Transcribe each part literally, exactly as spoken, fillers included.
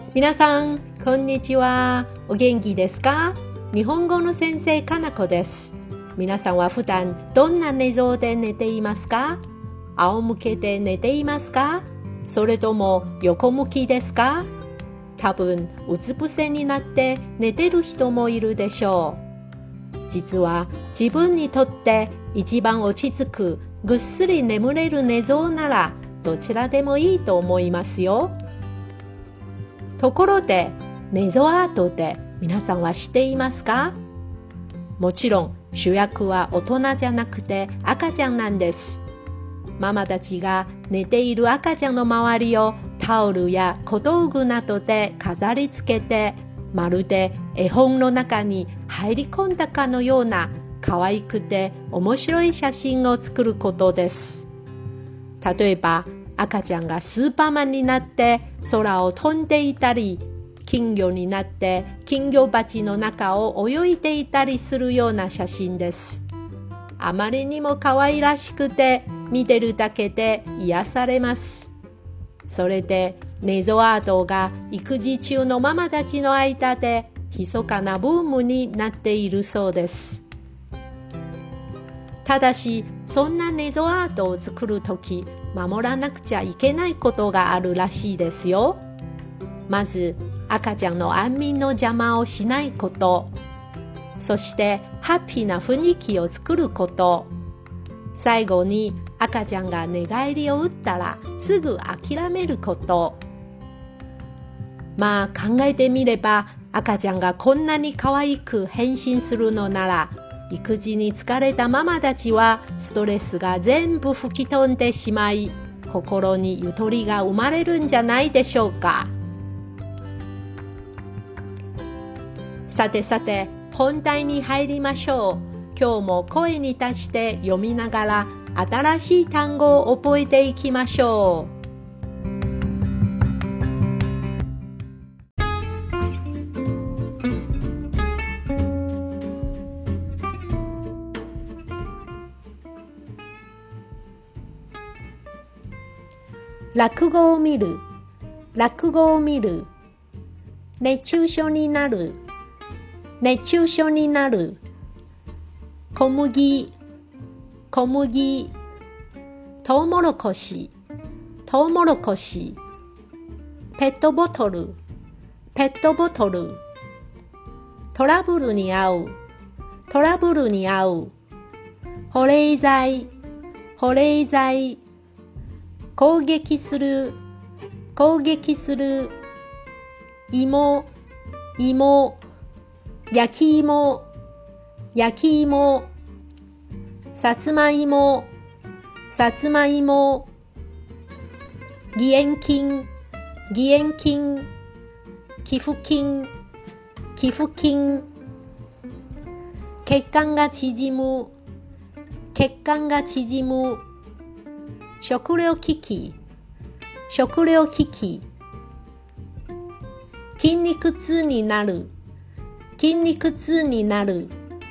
皆さん、こんにちは。お元気ですか？日本語の先生、かなこです。皆さんは普段どんな寝相で寝ていますか？仰向けで寝ていますか？それとも横向きですか？多分、うつ伏せになって寝てる人もいるでしょう。実は自分にとって一番落ち着く、ぐっすり眠れる寝相ならどちらでもいいと思いますよ。ところで、寝相アートって皆さんは知っていますか？もちろん主役は大人じゃなくて赤ちゃんなんです。ママたちが寝ている赤ちゃんの周りをタオルや小道具などで飾り付けて、まるで絵本の中に入り込んだかのような可愛くて面白い写真を作ることです。例えば赤ちゃんがスーパーマンになって空を飛んでいたり、金魚になって金魚鉢の中を泳いでいたりするような写真です。あまりにも可愛らしくて見てるだけで癒されます。それで寝相アートが育児中のママたちの間で密かなブームになっているそうです。ただし、そんな寝相アートを作るとき、守らなくちゃいけないことがあるらしいですよ。まず、赤ちゃんの安眠の邪魔をしないこと。そして、ハッピーな雰囲気を作ること。最後に、赤ちゃんが寝返りを打ったらすぐ諦めること。まあ考えてみれば、赤ちゃんがこんなに可愛く変身するのなら、育児に疲れたママたちはストレスが全部吹き飛んでしまい、心にゆとりが生まれるんじゃないでしょうか。さてさて、本題に入りましょう。今日も声に出して読みながら新しい単語を覚えていきましょう。落語を見る、落語を見る。熱中症になる、熱中症になる。小麦、小麦。トウモロコシ、トウモロコシ。ペットボトル、ペットボトル。トラブルに遭う、トラブルに遭う。保冷剤、保冷剤。攻撃する、攻撃する。芋、芋。焼き芋、焼き芋。さつまいも、さつまいも。義援金、義援金。寄付金、寄付金。血管が縮む、血管が縮む。食糧危機、食糧危機。筋肉痛になる、筋肉痛になる。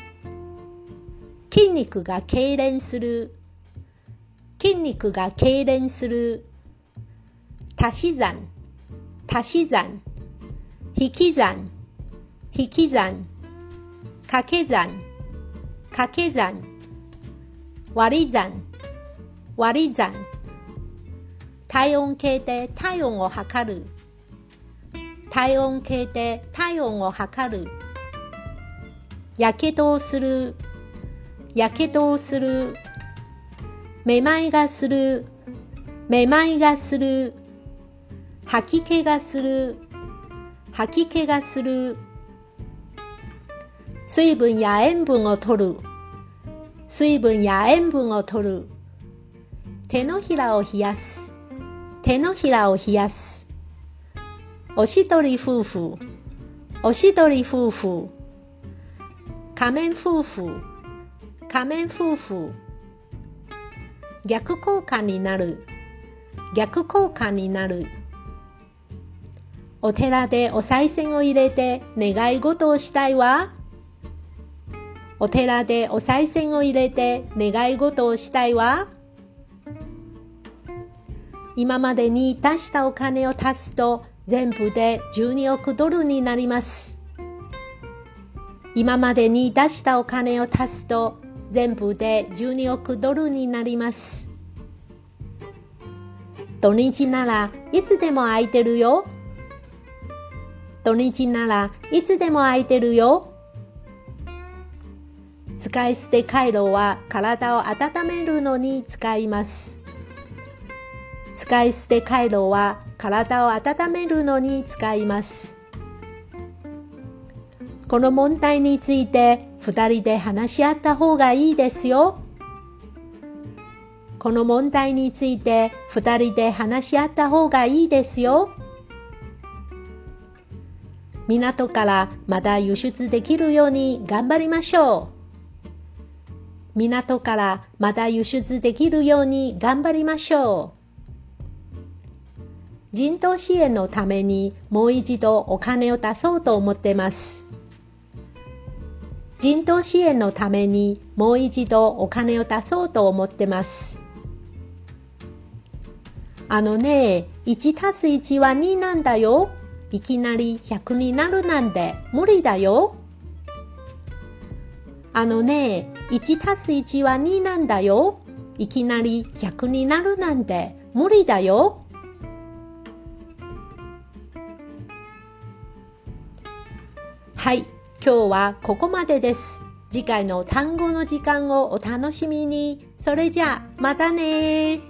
筋肉が痙攣する、筋肉が痙攣する。足し算、足し算。引き算、引き算。掛け算、掛け算。割り算、割り算。体温計で体温を測る、体温計で体温を測る。やけどをする、やけどをする。めまいがする、めまいがする。吐き気がする、吐き気がする。水分や塩分を取る、水分や塩分を取る。手のひらを冷やす、手のひらを冷やす。おしどり夫婦、おしどり夫婦。仮面夫婦、仮面夫婦。逆効果になる、逆効果になる。お寺でお賽銭を入れて願い事をしたいわ。お寺でお賽銭を入れて願い事をしたいわ。今までに出したお金を足すと全部でじゅうにおくドルになります。今までに出したお金を足すと全部でじゅうにおくドルになります。土日ならいつでも空いてるよ。土日ならいつでも空いてるよ。使い捨てカイロは体を温めるのに使います。使い捨てカイロは体を温めるのに使います。この問題についてふたりで話し合った方がいいですよ。この問題についてふたりで話し合った方がいいですよ。港からまた輸出できるように頑張りましょう。港からまた輸出できるように頑張りましょう。人道支援のためにもう一度お金を出そうと思ってます。人道支援のためにもう一度お金を出そうと思ってます。あのね、いちたすいちはになんだよ。いきなりひゃくになるなんて無理だよ。あのね、いちたすいちはになんだよ。いきなりひゃくになるなんて無理だよ。はい、今日はここまでです。次回の単語の時間をお楽しみに。それじゃあ、またね。